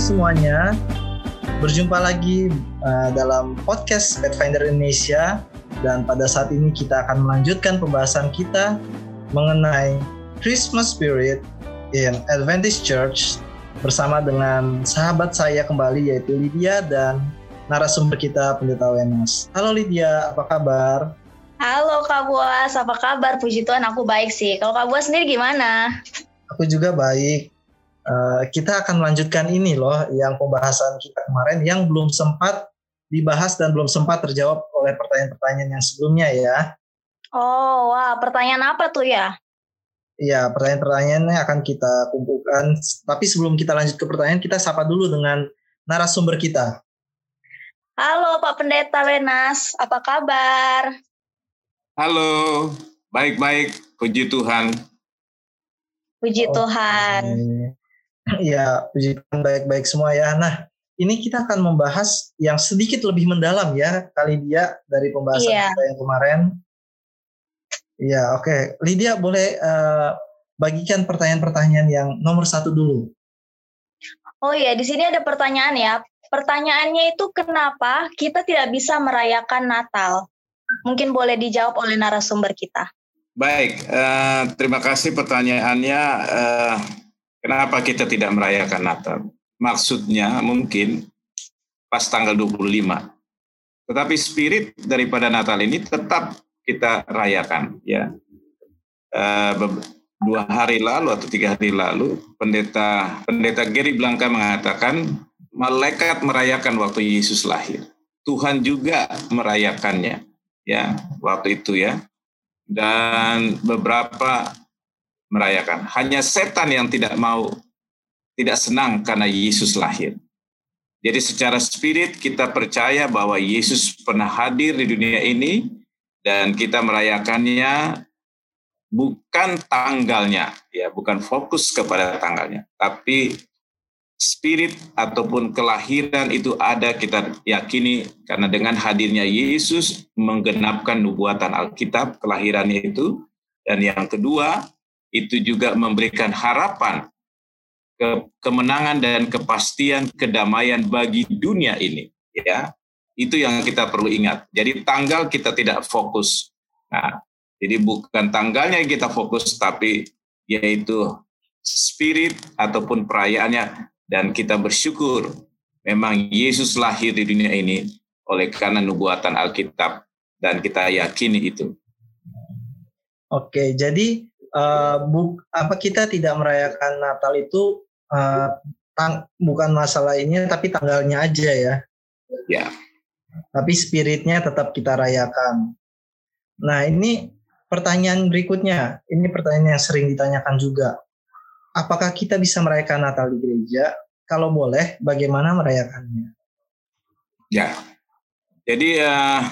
semuanya, berjumpa lagi dalam podcast Pathfinder Indonesia, dan pada saat ini kita akan melanjutkan pembahasan kita mengenai Christmas Spirit in Adventist Church bersama dengan sahabat saya kembali yaitu Lydia dan narasumber kita Pendeta Wenas. Halo Lydia, apa kabar? Halo Kak Buas, apa kabar? Puji Tuhan aku baik sih. Kalau Kak Buas sendiri gimana? Aku juga baik. Kita akan melanjutkan ini loh, yang pembahasan kita kemarin yang belum sempat dibahas dan belum sempat terjawab oleh pertanyaan-pertanyaan yang sebelumnya ya. Oh, wah, pertanyaan apa tuh ya? Iya, pertanyaan-pertanyaannya akan kita kumpulkan. Tapi sebelum kita lanjut ke pertanyaan, kita sapa dulu dengan narasumber kita. Halo Pak Pendeta Wenas, apa kabar? Halo, baik-baik, puji Tuhan. Puji Tuhan. Iya, puji Tuhan baik-baik semua ya. Nah, ini kita akan membahas yang sedikit lebih mendalam ya, kali dia dari pembahasan kita yang kemarin. Iya, oke. Lydia boleh bagikan pertanyaan-pertanyaan yang nomor 1 dulu. Oh iya, di sini ada pertanyaan ya. Pertanyaannya itu kenapa kita tidak bisa merayakan Natal? Mungkin boleh dijawab oleh narasumber kita. Baik, terima kasih pertanyaannya. Kenapa kita tidak merayakan Natal? Maksudnya mungkin pas tanggal 25. Tetapi spirit daripada Natal ini tetap kita rayakan. Ya. 2 hari lalu atau 3 hari lalu, pendeta Gary Blanca mengatakan, malaikat merayakan waktu Yesus lahir. Tuhan juga merayakannya. Ya, waktu itu ya. Dan beberapa merayakan. Hanya setan yang tidak senang karena Yesus lahir. Jadi secara spirit kita percaya bahwa Yesus pernah hadir di dunia ini dan kita merayakannya bukan tanggalnya, ya, bukan fokus kepada tanggalnya, tapi spirit ataupun kelahiran itu ada, kita yakini karena dengan hadirnya Yesus menggenapkan nubuatan Alkitab kelahirannya itu. Dan yang kedua, itu juga memberikan harapan kemenangan dan kepastian kedamaian bagi dunia ini, ya. Itu yang kita perlu ingat. Jadi tanggal kita tidak fokus. Nah, jadi bukan tanggalnya yang kita fokus, tapi yaitu spirit ataupun perayaannya, dan kita bersyukur memang Yesus lahir di dunia ini oleh karena nubuatan Alkitab, dan kita yakini itu. Oke, jadi kita tidak merayakan Natal itu bukan masalah ini, tapi tanggalnya aja ya. Ya. Tapi spiritnya tetap kita rayakan. Nah, ini pertanyaan berikutnya. Ini pertanyaan yang sering ditanyakan juga. Apakah kita bisa merayakan Natal di gereja? Kalau boleh, bagaimana merayakannya? Ya. Jadi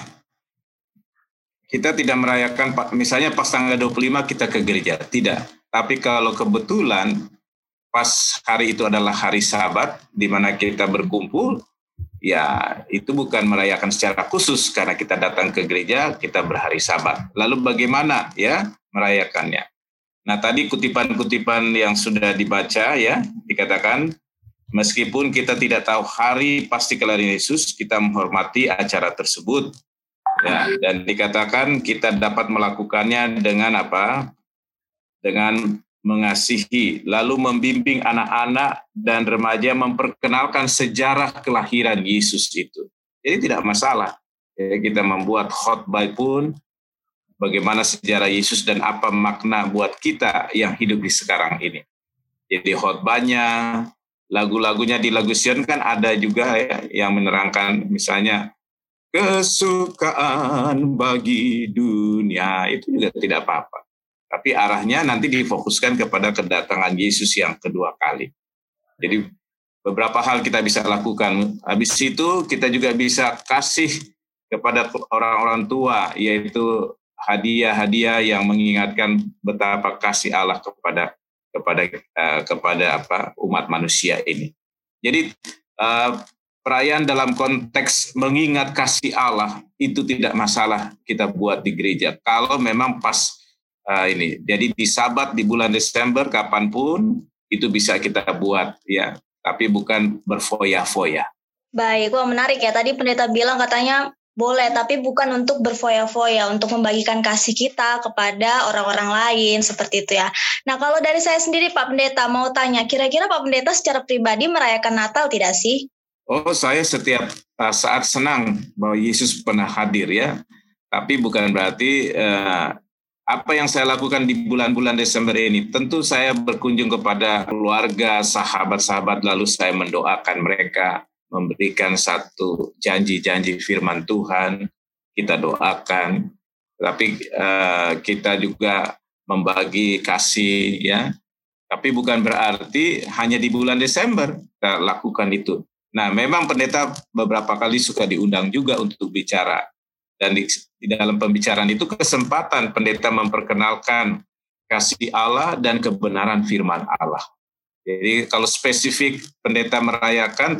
kita tidak merayakan, misalnya pas tanggal 25 kita ke gereja, tidak. Tapi kalau kebetulan pas hari itu adalah hari Sabat, di mana kita berkumpul, ya itu bukan merayakan secara khusus karena kita datang ke gereja, kita berhari Sabat. Lalu bagaimana ya merayakannya? Nah, tadi kutipan-kutipan yang sudah dibaca ya, dikatakan meskipun kita tidak tahu hari pasti kelahiran Yesus, kita menghormati acara tersebut. Ya, dan dikatakan kita dapat melakukannya dengan apa? Dengan mengasihi, lalu membimbing anak-anak dan remaja memperkenalkan sejarah kelahiran Yesus itu. Jadi tidak masalah. Ya, kita membuat khotbah pun bagaimana sejarah Yesus dan apa makna buat kita yang hidup di sekarang ini. Jadi khotbahnya, lagu-lagunya di lagu Sion kan ada juga ya, yang menerangkan misalnya kesukaan bagi dunia, itu juga tidak apa-apa. Tapi arahnya nanti difokuskan kepada kedatangan Yesus yang kedua kali. Jadi beberapa hal kita bisa lakukan. Habis itu kita juga bisa kasih kepada orang-orang tua, yaitu hadiah-hadiah yang mengingatkan betapa kasih Allah kepada umat manusia ini. Jadi perayaan dalam konteks mengingat kasih Allah itu tidak masalah kita buat di gereja. Kalau memang pas ini, jadi di Sabat di bulan Desember kapanpun itu bisa kita buat ya. tapi bukan berfoya-foya. Baik, wah menarik ya. Tadi pendeta bilang katanya boleh, tapi bukan untuk berfoya-foya, untuk membagikan kasih kita kepada orang-orang lain, seperti itu ya. Nah, kalau dari saya sendiri Pak Pendeta, mau tanya, kira-kira Pak Pendeta secara pribadi merayakan Natal tidak sih? Oh, saya setiap saat senang bahwa Yesus pernah hadir ya. Tapi bukan berarti apa yang saya lakukan di bulan-bulan Desember ini. Tentu saya berkunjung kepada keluarga, sahabat-sahabat, lalu saya mendoakan mereka, memberikan satu janji-janji firman Tuhan, kita doakan. Tapi kita juga membagi kasih ya. Tapi bukan berarti hanya di bulan Desember kita lakukan itu. Nah, memang pendeta beberapa kali suka diundang juga untuk bicara. Dan di dalam pembicaraan itu kesempatan pendeta memperkenalkan kasih Allah dan kebenaran firman Allah. Jadi kalau spesifik pendeta merayakan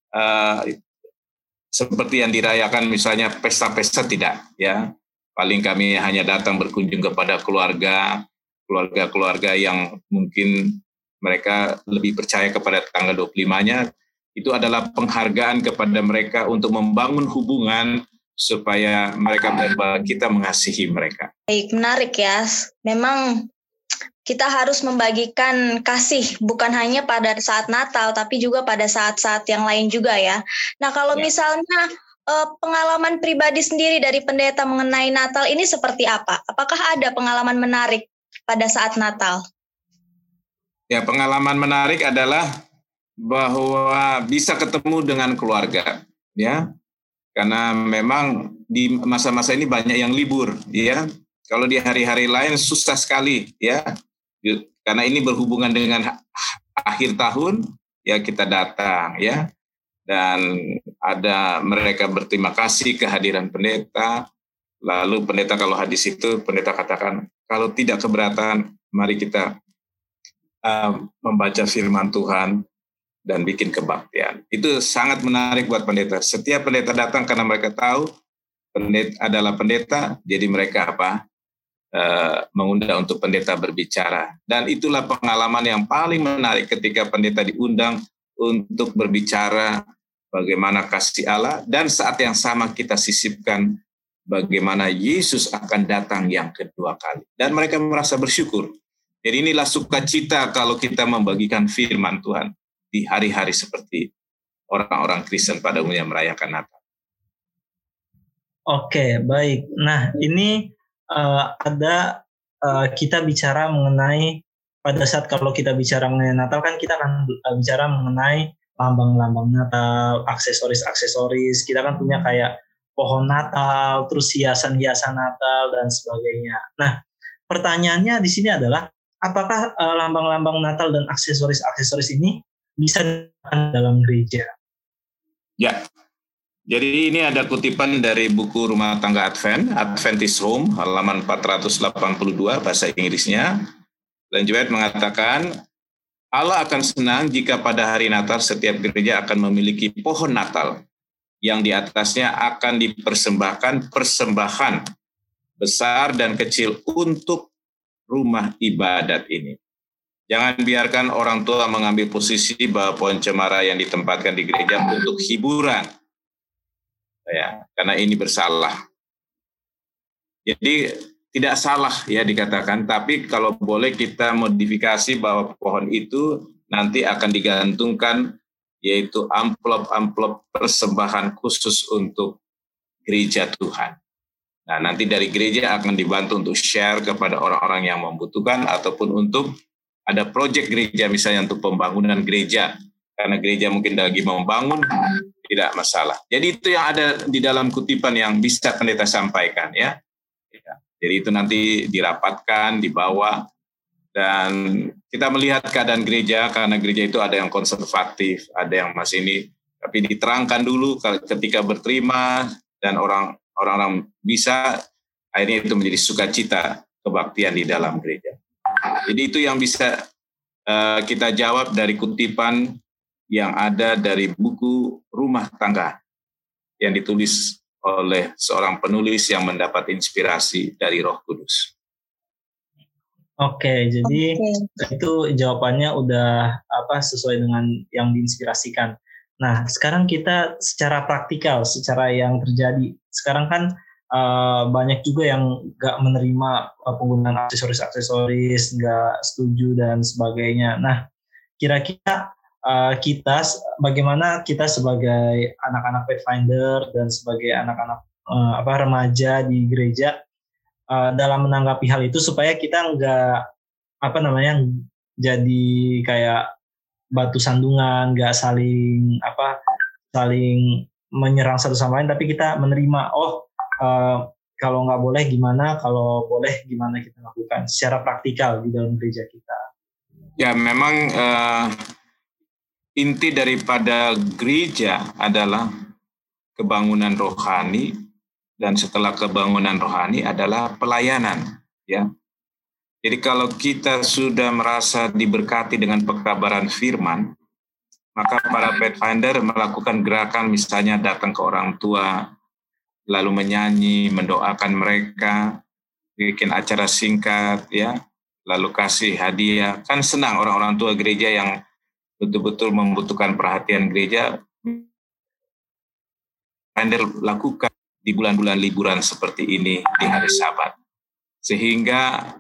seperti yang dirayakan misalnya pesta-pesta tidak ya. Paling kami hanya datang berkunjung kepada keluarga-keluarga yang mungkin mereka lebih percaya kepada tanggal 25-nya. Itu adalah penghargaan kepada mereka untuk membangun hubungan supaya mereka kita mengasihi mereka. Baik, menarik ya. Memang kita harus membagikan kasih bukan hanya pada saat Natal, tapi juga pada saat-saat yang lain juga ya. Nah, kalau misalnya pengalaman pribadi sendiri dari pendeta mengenai Natal ini seperti apa? Apakah ada pengalaman menarik pada saat Natal? Ya, pengalaman menarik adalah bahwa bisa ketemu dengan keluarga, ya. Karena memang di masa-masa ini banyak yang libur, ya. Kalau di hari-hari lain susah sekali, ya. Karena ini berhubungan dengan akhir tahun, ya kita datang, ya. Dan ada mereka berterima kasih kehadiran pendeta. Lalu pendeta kalau hadis itu, pendeta katakan, kalau tidak keberatan, mari kita membaca firman Tuhan dan bikin kebaktian. Itu sangat menarik buat pendeta. Setiap pendeta datang karena mereka tahu pendeta adalah pendeta, jadi mereka mengundang untuk pendeta berbicara. Dan itulah pengalaman yang paling menarik ketika pendeta diundang untuk berbicara bagaimana kasih Allah, dan saat yang sama kita sisipkan bagaimana Yesus akan datang yang kedua kali. Dan mereka merasa bersyukur. Jadi inilah sukacita kalau kita membagikan firman Tuhan di hari-hari seperti orang-orang Kristen pada umumnya merayakan Natal. Oke, baik. Nah, ini kita bicara mengenai pada saat kalau kita bicara mengenai Natal kan kita akan bicara mengenai lambang-lambang Natal, aksesoris-aksesoris. Kita kan punya kayak pohon Natal, terus hiasan-hiasan Natal dan sebagainya. Nah, pertanyaannya di sini adalah apakah lambang-lambang Natal dan aksesoris-aksesoris ini bisa dalam gereja? Ya, jadi ini ada kutipan dari buku Rumah Tangga Adventist Home, halaman 482 bahasa Inggrisnya. Dan White mengatakan, Allah akan senang jika pada hari Natal setiap gereja akan memiliki pohon Natal yang di atasnya akan dipersembahkan persembahan besar dan kecil untuk rumah ibadat ini. Jangan biarkan orang tua mengambil posisi bahwa pohon cemara yang ditempatkan di gereja untuk hiburan. Ya, karena ini bersalah. Jadi tidak salah ya dikatakan, tapi kalau boleh kita modifikasi bahwa pohon itu nanti akan digantungkan yaitu amplop-amplop persembahan khusus untuk gereja Tuhan. Nah, nanti dari gereja akan dibantu untuk share kepada orang-orang yang membutuhkan ataupun untuk ada proyek gereja misalnya untuk pembangunan gereja. Karena gereja mungkin lagi membangun, tidak masalah. Jadi itu yang ada di dalam kutipan yang bisa pendeta sampaikan ya. Jadi itu nanti dirapatkan, dibawa, dan kita melihat keadaan gereja, karena gereja itu ada yang konservatif, ada yang masih ini, tapi diterangkan dulu ketika berterima, dan orang-orang bisa, akhirnya itu menjadi sukacita kebaktian di dalam gereja. Jadi itu yang bisa kita jawab dari kutipan yang ada dari buku Rumah Tangga yang ditulis oleh seorang penulis yang mendapat inspirasi dari Roh Kudus. Oke, jadi Oke. itu jawabannya udah sesuai dengan yang diinspirasikan. Nah, sekarang kita secara praktikal, secara yang terjadi. Sekarang kan banyak juga yang nggak menerima penggunaan aksesoris-aksesoris, nggak setuju dan sebagainya. Nah, kira-kira bagaimana kita sebagai anak-anak Pathfinder dan sebagai anak-anak remaja di gereja dalam menanggapi hal itu supaya kita nggak jadi kayak batu sandungan, nggak saling menyerang satu sama lain, tapi kita menerima kalau nggak boleh gimana, kalau boleh gimana kita lakukan secara praktikal di dalam gereja kita. Ya, memang inti daripada gereja adalah kebangunan rohani, dan setelah kebangunan rohani adalah pelayanan, ya. Jadi kalau kita sudah merasa diberkati dengan pekabaran firman, maka para Pathfinder melakukan gerakan, misalnya datang ke orang tua, lalu menyanyi, mendoakan mereka, bikin acara singkat, ya, lalu kasih hadiah. Kan senang orang-orang tua gereja yang betul-betul membutuhkan perhatian gereja, Pathfinder lakukan di bulan-bulan liburan seperti ini di hari Sabat. Sehingga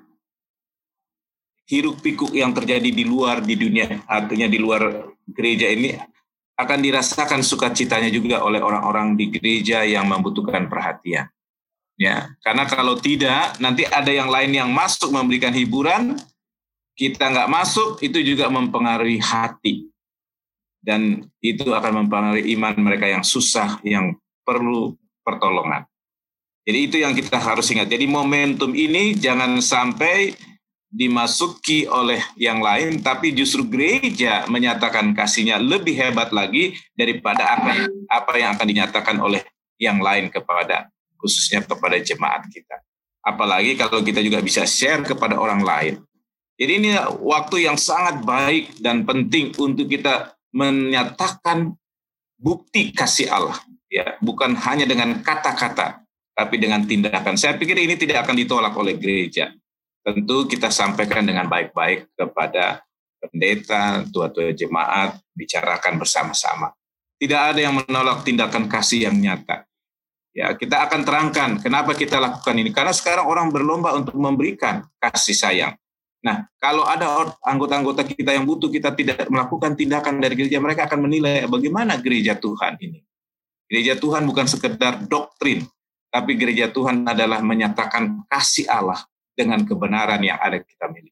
hiruk pikuk yang terjadi di dunia, artinya di luar gereja ini, akan dirasakan sukacitanya juga oleh orang-orang di gereja yang membutuhkan perhatian. Ya, karena kalau tidak, nanti ada yang lain yang masuk memberikan hiburan, kita nggak masuk, itu juga mempengaruhi hati. Dan itu akan mempengaruhi iman mereka yang susah, yang perlu pertolongan. Jadi itu yang kita harus ingat. Jadi momentum ini jangan sampai dimasuki oleh yang lain, tapi justru gereja menyatakan kasihnya lebih hebat lagi daripada apa yang akan dinyatakan oleh yang lain khususnya kepada jemaat kita. Apalagi kalau kita juga bisa share kepada orang lain. Jadi ini waktu yang sangat baik dan penting untuk kita menyatakan bukti kasih Allah, ya, bukan hanya dengan kata-kata, tapi dengan tindakan. Saya pikir ini tidak akan ditolak oleh gereja. Tentu kita sampaikan dengan baik-baik kepada pendeta, tua-tua jemaat, bicarakan bersama-sama. Tidak ada yang menolak tindakan kasih yang nyata. Ya, kita akan terangkan kenapa kita lakukan ini. Karena sekarang orang berlomba untuk memberikan kasih sayang. Nah, kalau ada anggota-anggota kita yang butuh, kita tidak melakukan tindakan dari gereja, mereka akan menilai bagaimana gereja Tuhan ini. Gereja Tuhan bukan sekedar doktrin, tapi gereja Tuhan adalah menyatakan kasih Allah dengan kebenaran yang ada kita miliki.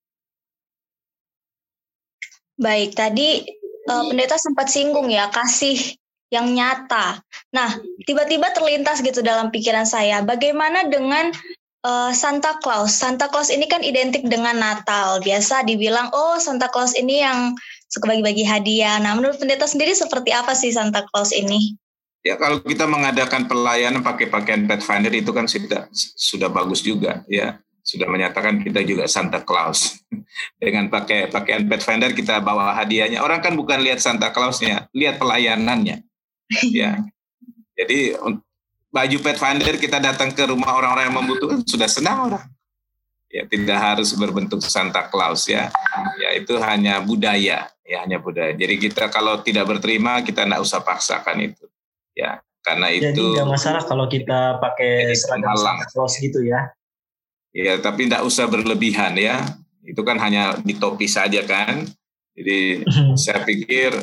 Baik, tadi pendeta sempat singgung ya, kasih yang nyata. Nah, tiba-tiba terlintas gitu dalam pikiran saya, bagaimana dengan Santa Claus? Santa Claus ini kan identik dengan Natal. Biasa dibilang, oh Santa Claus ini yang suka bagi-bagi hadiah. Nah, menurut pendeta sendiri seperti apa sih Santa Claus ini? Ya, kalau kita mengadakan pelayanan pakai pakaian Pathfinder itu kan sudah bagus juga, ya. Sudah menyatakan kita juga Santa Claus. Dengan pakai pakaian Pathfinder kita bawa hadiahnya. Orang kan bukan lihat Santa Clausnya, lihat pelayanannya. Ya. Jadi baju Pathfinder kita datang ke rumah orang-orang yang membutuhkan, sudah senang orang. Ya, tidak harus berbentuk Santa Claus, ya. Ya, itu hanya budaya, ya, hanya budaya. Jadi kita kalau tidak berterima, kita tidak usah paksakan itu. Ya, karena itu. Jadi nggak masalah kalau kita pakai seragam Santa Claus gitu ya. Ya, tapi tidak usah berlebihan, ya. Itu kan hanya di topi saja kan. Jadi saya pikir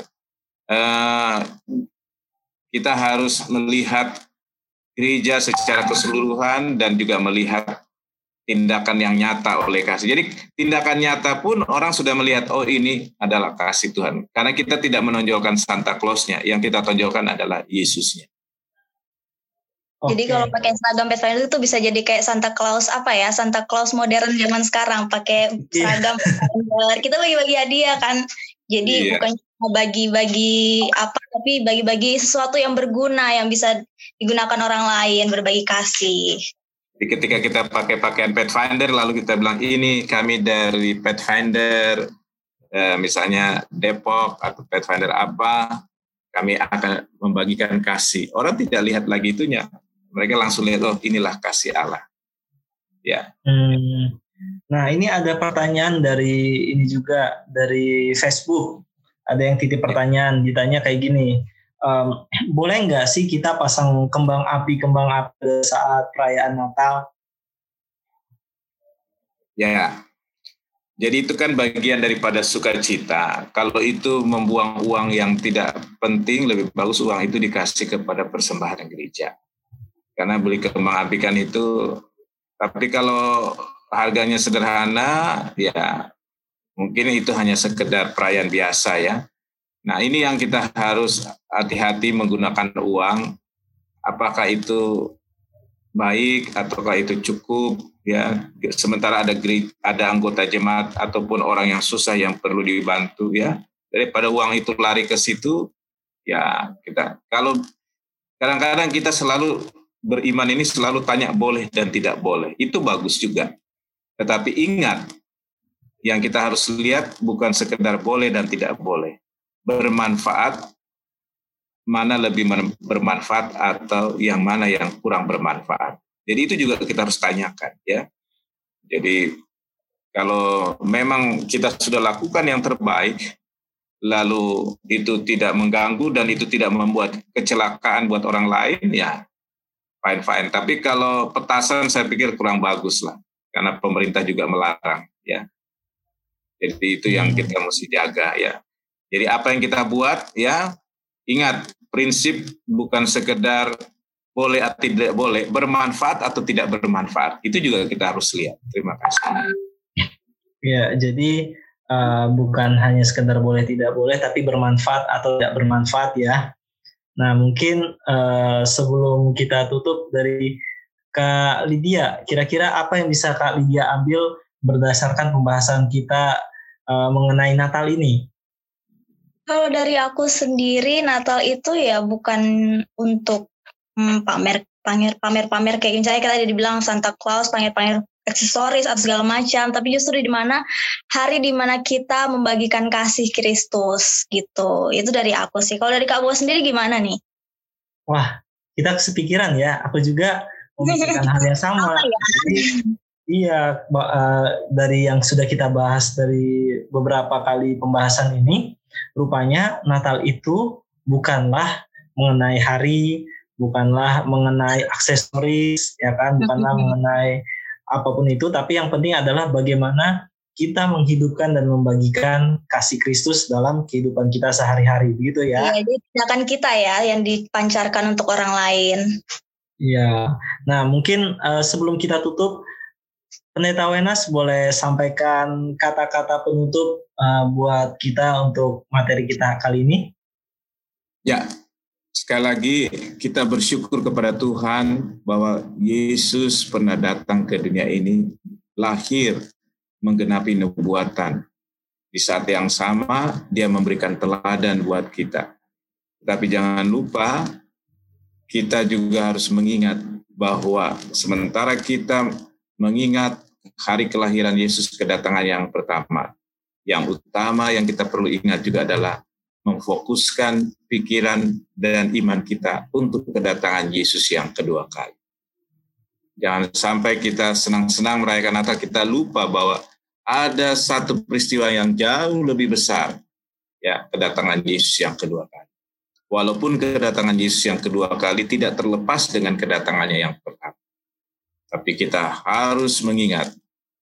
kita harus melihat gereja secara keseluruhan dan juga melihat tindakan yang nyata oleh kasih. Jadi tindakan nyata pun orang sudah melihat, oh ini adalah kasih Tuhan. Karena kita tidak menonjolkan Santa Claus-nya, yang kita tonjolkan adalah Yesusnya. Jadi kalau pakai seragam Pathfinder itu bisa jadi kayak Santa Claus Santa Claus modern zaman sekarang, pakai seragam Pathfinder. Kita bagi-bagi hadiah kan. Jadi bukan cuma bagi-bagi tapi bagi-bagi sesuatu yang berguna yang bisa digunakan orang lain, berbagi kasih. Jadi ketika kita pakai pakaian Pathfinder lalu kita bilang ini kami dari Pathfinder misalnya Depok atau Pathfinder apa, kami akan membagikan kasih. Orang tidak lihat lagi itunya. Mereka langsung lihat, oh inilah kasih Allah. Ya. Nah, ini ada pertanyaan dari ini juga dari Facebook. Ada yang titip pertanyaan, ditanya kayak gini. Boleh nggak sih kita pasang kembang api saat perayaan Natal? Ya, jadi itu kan bagian daripada sukacita. Kalau itu membuang uang yang tidak penting, lebih bagus uang itu dikasih kepada persembahan gereja. Karena beli kembang api kan itu, tapi kalau harganya sederhana, ya mungkin itu hanya sekedar perayaan biasa ya. Nah, ini yang kita harus hati-hati menggunakan uang. Apakah itu baik ataukah itu cukup ya, sementara ada anggota jemaat ataupun orang yang susah yang perlu dibantu ya, daripada uang itu lari ke situ ya. Kita kalau kadang-kadang kita selalu beriman ini selalu tanya boleh dan tidak boleh, itu bagus juga, tetapi ingat yang kita harus lihat bukan sekedar boleh dan tidak boleh, bermanfaat, mana lebih bermanfaat atau yang mana yang kurang bermanfaat. Jadi itu juga kita harus tanyakan ya. Jadi kalau memang kita sudah lakukan yang terbaik, lalu itu tidak mengganggu dan itu tidak membuat kecelakaan buat orang lain, ya fine-fine. Tapi kalau petasan saya pikir kurang bagus lah, karena pemerintah juga melarang ya. Jadi itu yang kita mesti jaga ya. Jadi apa yang kita buat ya, ingat prinsip bukan sekedar boleh atau tidak boleh, bermanfaat atau tidak bermanfaat. Itu juga kita harus lihat. Terima kasih. Ya, jadi bukan hanya sekedar boleh tidak boleh, tapi bermanfaat atau tidak bermanfaat ya. Nah, mungkin sebelum kita tutup dari Kak Lydia, kira-kira apa yang bisa Kak Lydia ambil berdasarkan pembahasan kita mengenai Natal ini? Kalau dari aku sendiri, Natal itu ya bukan untuk pamer kayak misalnya kita dibilang Santa Claus, pamer aksesoris atau segala macam, tapi justru di mana hari di mana kita membagikan kasih Kristus gitu. Itu dari aku sih. Kalau dari Kak Bowo sendiri gimana nih? Wah, kita sepikiran ya. Aku juga memikirkan hal yang sama. Iya, dari yang sudah kita bahas dari beberapa kali pembahasan ini, rupanya Natal itu bukanlah mengenai hari, bukanlah mengenai aksesoris, ya kan, bukanlah mengenai apapun itu, tapi yang penting adalah bagaimana kita menghidupkan dan membagikan kasih Kristus dalam kehidupan kita sehari-hari, begitu ya. Iya, jadi tindakan kita ya yang dipancarkan untuk orang lain. Iya, nah mungkin sebelum kita tutup, Pendeta Wenas boleh sampaikan kata-kata penutup buat kita untuk materi kita kali ini? Ya, sekali lagi kita bersyukur kepada Tuhan bahwa Yesus pernah datang ke dunia ini, lahir menggenapi nubuatan. Di saat yang sama dia memberikan teladan buat kita. Tapi jangan lupa kita juga harus mengingat bahwa sementara kita mengingat hari kelahiran Yesus, kedatangan yang pertama, yang utama yang kita perlu ingat juga adalah memfokuskan pikiran dan iman kita untuk kedatangan Yesus yang kedua kali. Jangan sampai kita senang-senang merayakan Natal, kita lupa bahwa ada satu peristiwa yang jauh lebih besar, ya, kedatangan Yesus yang kedua kali. Walaupun kedatangan Yesus yang kedua kali tidak terlepas dengan kedatangannya yang pertama. Tapi kita harus mengingat,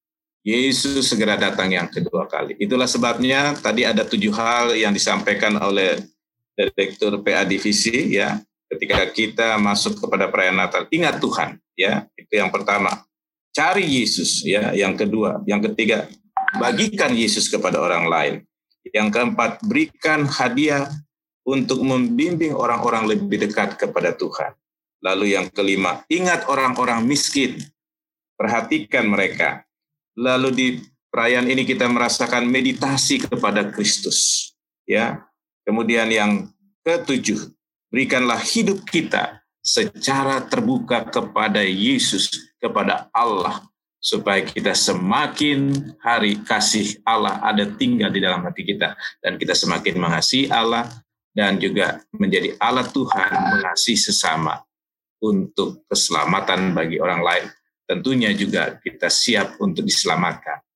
Yesus segera datang yang kedua kali. Itulah sebabnya tadi ada 7 hal yang disampaikan oleh Direktur PA Divisi, ya, ketika kita masuk kepada perayaan Natal. Ingat Tuhan, ya, itu yang pertama. Cari Yesus, ya, yang kedua. Yang ketiga, bagikan Yesus kepada orang lain. Yang keempat, berikan hadiah untuk membimbing orang-orang lebih dekat kepada Tuhan. Lalu yang kelima, ingat orang-orang miskin, perhatikan mereka. Lalu di perayaan ini kita merasakan meditasi kepada Kristus. Ya. Kemudian yang ketujuh, berikanlah hidup kita secara terbuka kepada Yesus, kepada Allah, supaya kita semakin hari kasih Allah ada tinggal di dalam hati kita, dan kita semakin mengasihi Allah dan juga menjadi alat Tuhan mengasihi sesama untuk keselamatan bagi orang lain. Tentunya juga kita siap untuk diselamatkan.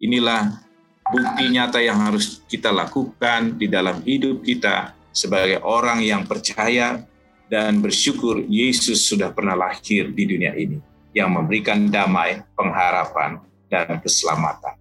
Inilah bukti nyata yang harus kita lakukan di dalam hidup kita sebagai orang yang percaya dan bersyukur Yesus sudah pernah lahir di dunia ini, yang memberikan damai, pengharapan, dan keselamatan.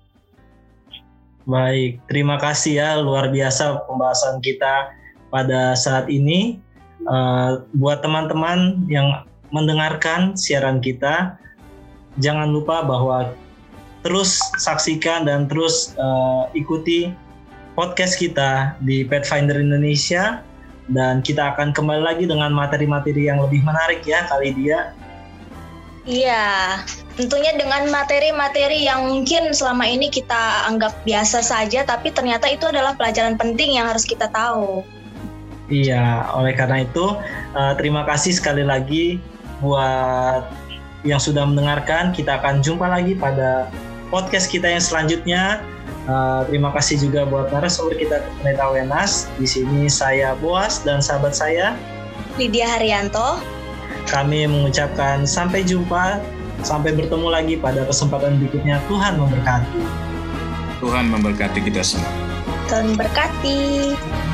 Baik, terima kasih ya, luar biasa pembahasan kita pada saat ini. Buat teman-teman yang mendengarkan siaran kita, jangan lupa bahwa terus saksikan dan terus ikuti podcast kita di Pathfinder Indonesia, dan kita akan kembali lagi dengan materi-materi yang lebih menarik ya kali dia. Iya, tentunya dengan materi-materi yang mungkin selama ini kita anggap biasa saja, tapi ternyata itu adalah pelajaran penting yang harus kita tahu. Iya, oleh karena itu terima kasih sekali lagi buat yang sudah mendengarkan. Kita akan jumpa lagi pada podcast kita yang selanjutnya. Terima kasih juga buat narasumber kita, Pendeta Wenas. Di sini saya Boas dan sahabat saya Lydia Haryanto. Kami mengucapkan sampai jumpa, sampai bertemu lagi pada kesempatan berikutnya. Tuhan memberkati. Tuhan memberkati kita semua. Tuhan memberkati.